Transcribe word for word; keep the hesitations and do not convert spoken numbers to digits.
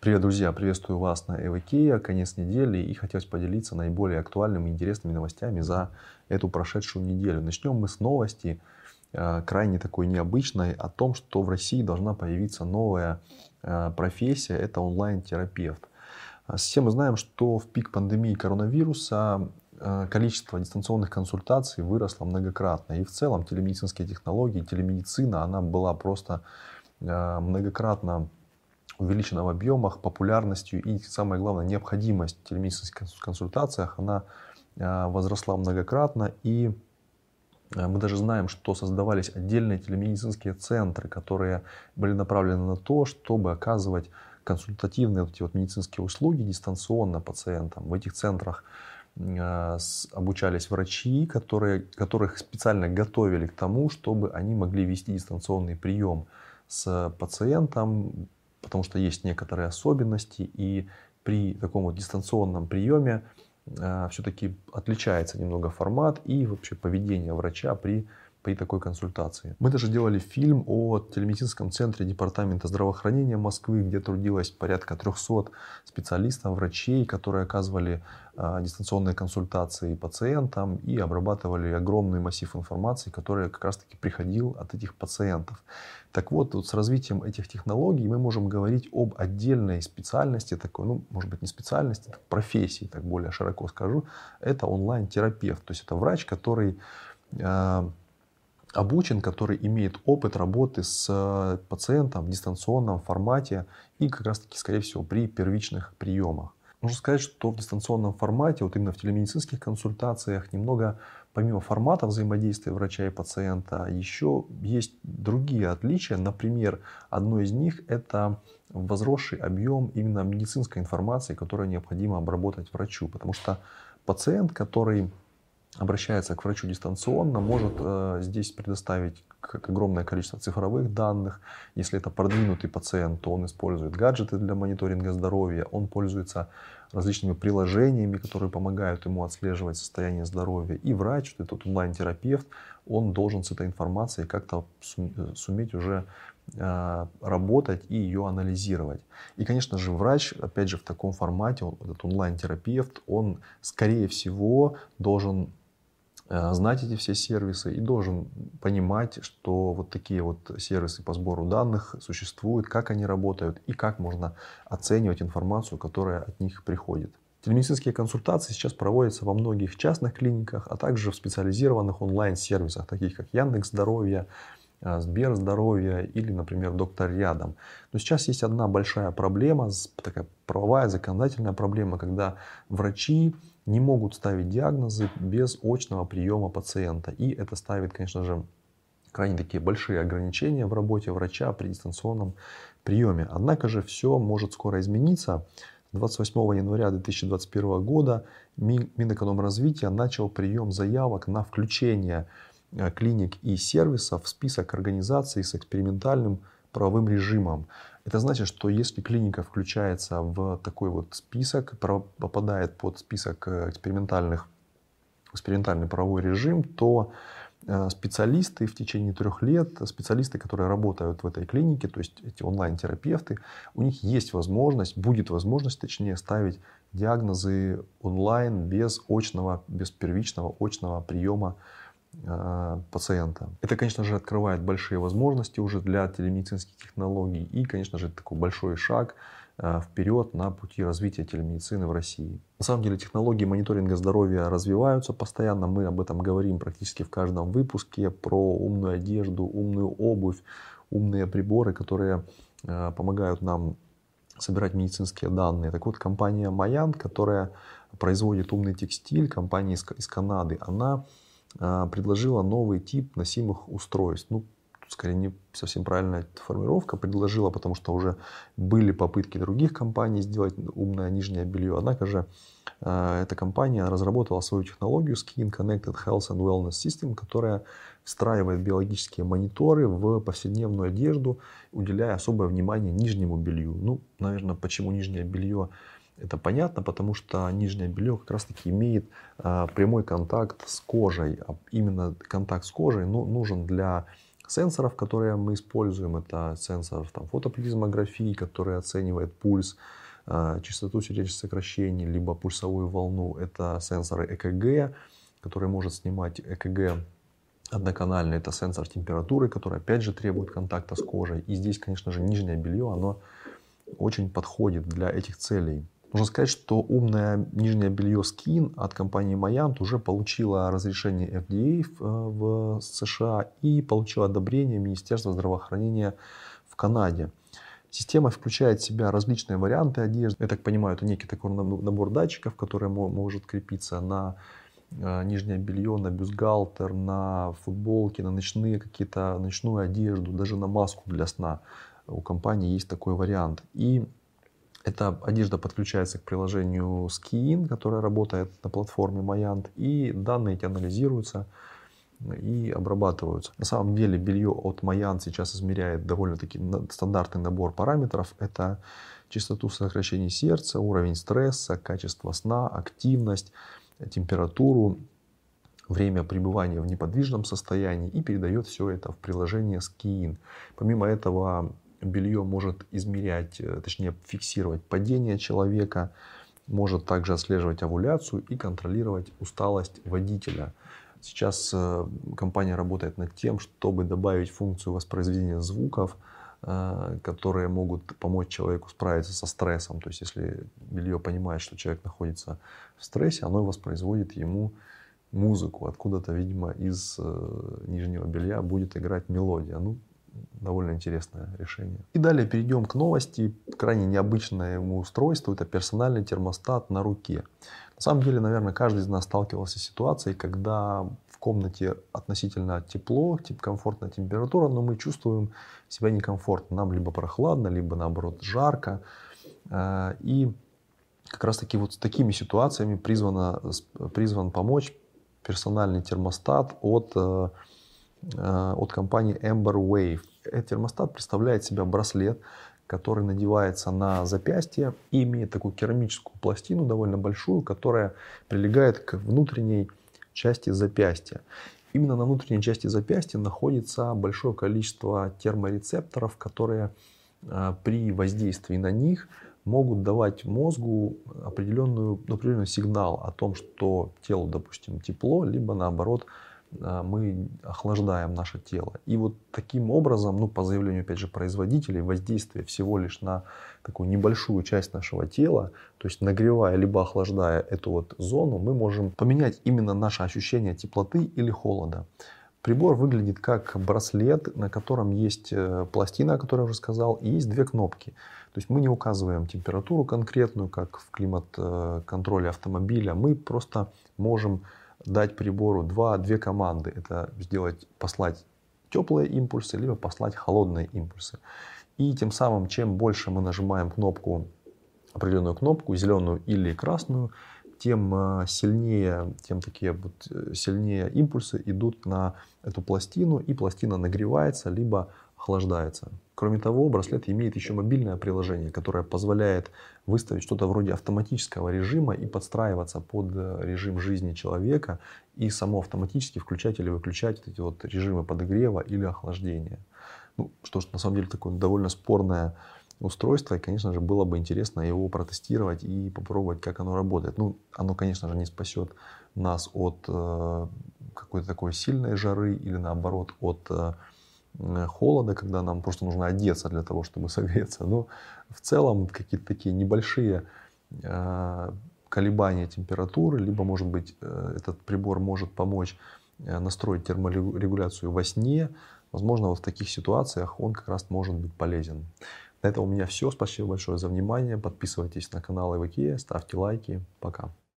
Привет, друзья! Приветствую вас на Эвокея. Конец недели, и хотелось поделиться наиболее актуальными и интересными новостями за эту прошедшую неделю. Начнем мы с новости, э, крайне такой необычной, о том, что в России должна появиться новая э, профессия, это онлайн-терапевт. Все мы знаем, что в пик пандемии коронавируса э, количество дистанционных консультаций выросло многократно. И в целом телемедицинские технологии, телемедицина, она была просто э, многократно увеличена в объемах, популярностью и, самое главное, необходимость в телемедицинских консультациях, она возросла многократно. И мы даже знаем, что создавались отдельные телемедицинские центры, которые были направлены на то, чтобы оказывать консультативные вот эти вот медицинские услуги дистанционно пациентам. В этих центрах обучались врачи, которые, которых специально готовили к тому, чтобы они могли вести дистанционный прием с пациентом, потому что есть некоторые особенности, и при таком вот дистанционном приеме э, все-таки отличается немного формат и вообще поведение врача при, при такой консультации. Мы даже делали фильм о телемедицинском центре Департамента здравоохранения Москвы, где трудилось порядка трёхсот специалистов, врачей, которые оказывали э, дистанционные консультации пациентам и обрабатывали огромный массив информации, который как раз таки приходил от этих пациентов. Так вот, вот, с развитием этих технологий мы можем говорить об отдельной специальности, такой, ну, может быть, не специальности, так, профессии, так более широко скажу, это онлайн-терапевт. То есть это врач, который э, обучен, который имеет опыт работы с пациентом в дистанционном формате и как раз таки, скорее всего, при первичных приемах. Нужно сказать, что в дистанционном формате, вот именно в телемедицинских консультациях, немного помимо формата взаимодействия врача и пациента, еще есть другие отличия. Например, одно из них – это возросший объем именно медицинской информации, которую необходимо обработать врачу. Потому что пациент, который обращается к врачу дистанционно, может э, здесь предоставить огромное количество цифровых данных. Если это продвинутый пациент, то он использует гаджеты для мониторинга здоровья, он пользуется различными приложениями, которые помогают ему отслеживать состояние здоровья. И врач, этот онлайн-терапевт, он должен с этой информацией как-то суметь уже э, работать и ее анализировать. И, конечно же, врач, опять же, в таком формате, он, этот онлайн-терапевт, он, скорее всего, должен знать эти все сервисы и должен понимать, что вот такие вот сервисы по сбору данных существуют, как они работают и как можно оценивать информацию, которая от них приходит. Телемедицинские консультации сейчас проводятся во многих частных клиниках, а также в специализированных онлайн-сервисах, таких как Яндекс.Здоровье, Сберздоровье или, например, Доктор Рядом. Но сейчас есть одна большая проблема, такая правовая, законодательная проблема, когда врачи не могут ставить диагнозы без очного приема пациента. И это ставит, конечно же, крайне такие большие ограничения в работе врача при дистанционном приеме. Однако же все может скоро измениться. двадцать восьмого января две тысячи двадцать первого года Минэкономразвития начал прием заявок на включение клиник и сервисов в список организаций с экспериментальным правовым режимом. Это значит, что если клиника включается в такой вот список, попадает под список экспериментальных, экспериментальный правовой режим, то специалисты в течение трех лет, специалисты, которые работают в этой клинике, то есть эти онлайн-терапевты, у них есть возможность, будет возможность, точнее, ставить диагнозы онлайн без очного, без первичного очного приема пациента. Это, конечно же, открывает большие возможности уже для телемедицинских технологий и, конечно же, такой большой шаг вперед на пути развития телемедицины в России. На самом деле технологии мониторинга здоровья развиваются постоянно. Мы об этом говорим практически в каждом выпуске про умную одежду, умную обувь, умные приборы, которые помогают нам собирать медицинские данные. Так вот, компания Mayan, которая производит умный текстиль, компания из, из Канады, она предложила новый тип носимых устройств. Ну, тут скорее не совсем правильная формулировка. Предложила, потому что уже были попытки других компаний сделать умное нижнее белье. Однако же эта компания разработала свою технологию Skin Connected Health and Wellness System, которая встраивает биологические мониторы в повседневную одежду, уделяя особое внимание нижнему белью. Ну, наверное, почему нижнее белье? Это понятно, потому что нижнее белье как раз таки имеет а, прямой контакт с кожей. А именно контакт с кожей ну, нужен для сенсоров, которые мы используем. Это сенсор там, фотопризмографии, который оценивает пульс, частоту сердечных сокращений, либо пульсовую волну. Это сенсоры ЭКГ, который может снимать ЭКГ одноканальный. Это сенсор температуры, который опять же требует контакта с кожей. И здесь, конечно же, нижнее белье, оно очень подходит для этих целей. Нужно сказать, что умное нижнее белье Skin от компании Mayant уже получило разрешение эф ди эй в США и получило одобрение Министерства здравоохранения в Канаде. Система включает в себя различные варианты одежды. Я так понимаю, это некий такой набор датчиков, который может крепиться на нижнее белье, на бюстгальтер, на футболки, на ночные какие-то ночную одежду, даже на маску для сна. У компании есть такой вариант. И эта одежда подключается к приложению Skin, которое работает на платформе Mayant, и данные эти анализируются и обрабатываются. На самом деле белье от Mayant сейчас измеряет довольно-таки стандартный набор параметров. Это частоту сокращений сердца, уровень стресса, качество сна, активность, температуру, время пребывания в неподвижном состоянии, и передает все это в приложение Skin. Помимо этого, белье может измерять, точнее фиксировать падение человека, может также отслеживать овуляцию и контролировать усталость водителя. Сейчас компания работает над тем, чтобы добавить функцию воспроизведения звуков, которые могут помочь человеку справиться со стрессом. То есть, если белье понимает, что человек находится в стрессе, оно воспроизводит ему музыку. Откуда-то, видимо, из нижнего белья будет играть мелодия. Ну, довольно интересное решение. И далее перейдем к новости. Крайне необычное ему устройство. Это персональный термостат на руке. На самом деле, наверное, каждый из нас сталкивался с ситуацией, когда в комнате относительно тепло, комфортная температура, но мы чувствуем себя некомфортно. Нам либо прохладно, либо наоборот жарко. И как раз таки вот с такими ситуациями призвано, призван помочь персональный термостат от, от компании Ember Wave. Этот термостат представляет себя браслет, который надевается на запястье и имеет такую керамическую пластину, довольно большую, которая прилегает к внутренней части запястья. Именно на внутренней части запястья находится большое количество терморецепторов, которые при воздействии на них могут давать мозгу определенную, определенный сигнал о том, что телу, допустим, тепло, либо наоборот мы охлаждаем наше тело. И вот таким образом, ну, по заявлению, опять же, производителей, воздействие всего лишь на такую небольшую часть нашего тела, то есть нагревая либо охлаждая эту вот зону, мы можем поменять именно наше ощущение теплоты или холода. Прибор выглядит как браслет, на котором есть пластина, о которой я уже сказал, и есть две кнопки. То есть мы не указываем температуру конкретную, как в климат-контроле автомобиля, мы просто можем дать прибору два, две команды. Это сделать, послать теплые импульсы, либо послать холодные импульсы. И тем самым, чем больше мы нажимаем кнопку, определенную кнопку, зеленую или красную, тем сильнее, тем такие вот сильнее импульсы идут на эту пластину, и пластина нагревается, либо охлаждается. Кроме того, браслет имеет еще мобильное приложение, которое позволяет выставить что-то вроде автоматического режима и подстраиваться под режим жизни человека и само автоматически включать или выключать эти вот режимы подогрева или охлаждения. Ну, что ж, на самом деле такое довольно спорное устройство, и, конечно же, было бы интересно его протестировать и попробовать, как оно работает. Ну, оно, конечно же, не спасет нас от э, какой-то такой сильной жары или, наоборот, от э, холода, когда нам просто нужно одеться для того, чтобы согреться. Но в целом какие-то такие небольшие э, колебания температуры, либо, может быть, э, этот прибор может помочь э, настроить терморегуляцию во сне. Возможно, вот в таких ситуациях он как раз может быть полезен. На этом у меня все. Спасибо большое за внимание. Подписывайтесь на канал Эвакея, ставьте лайки. Пока.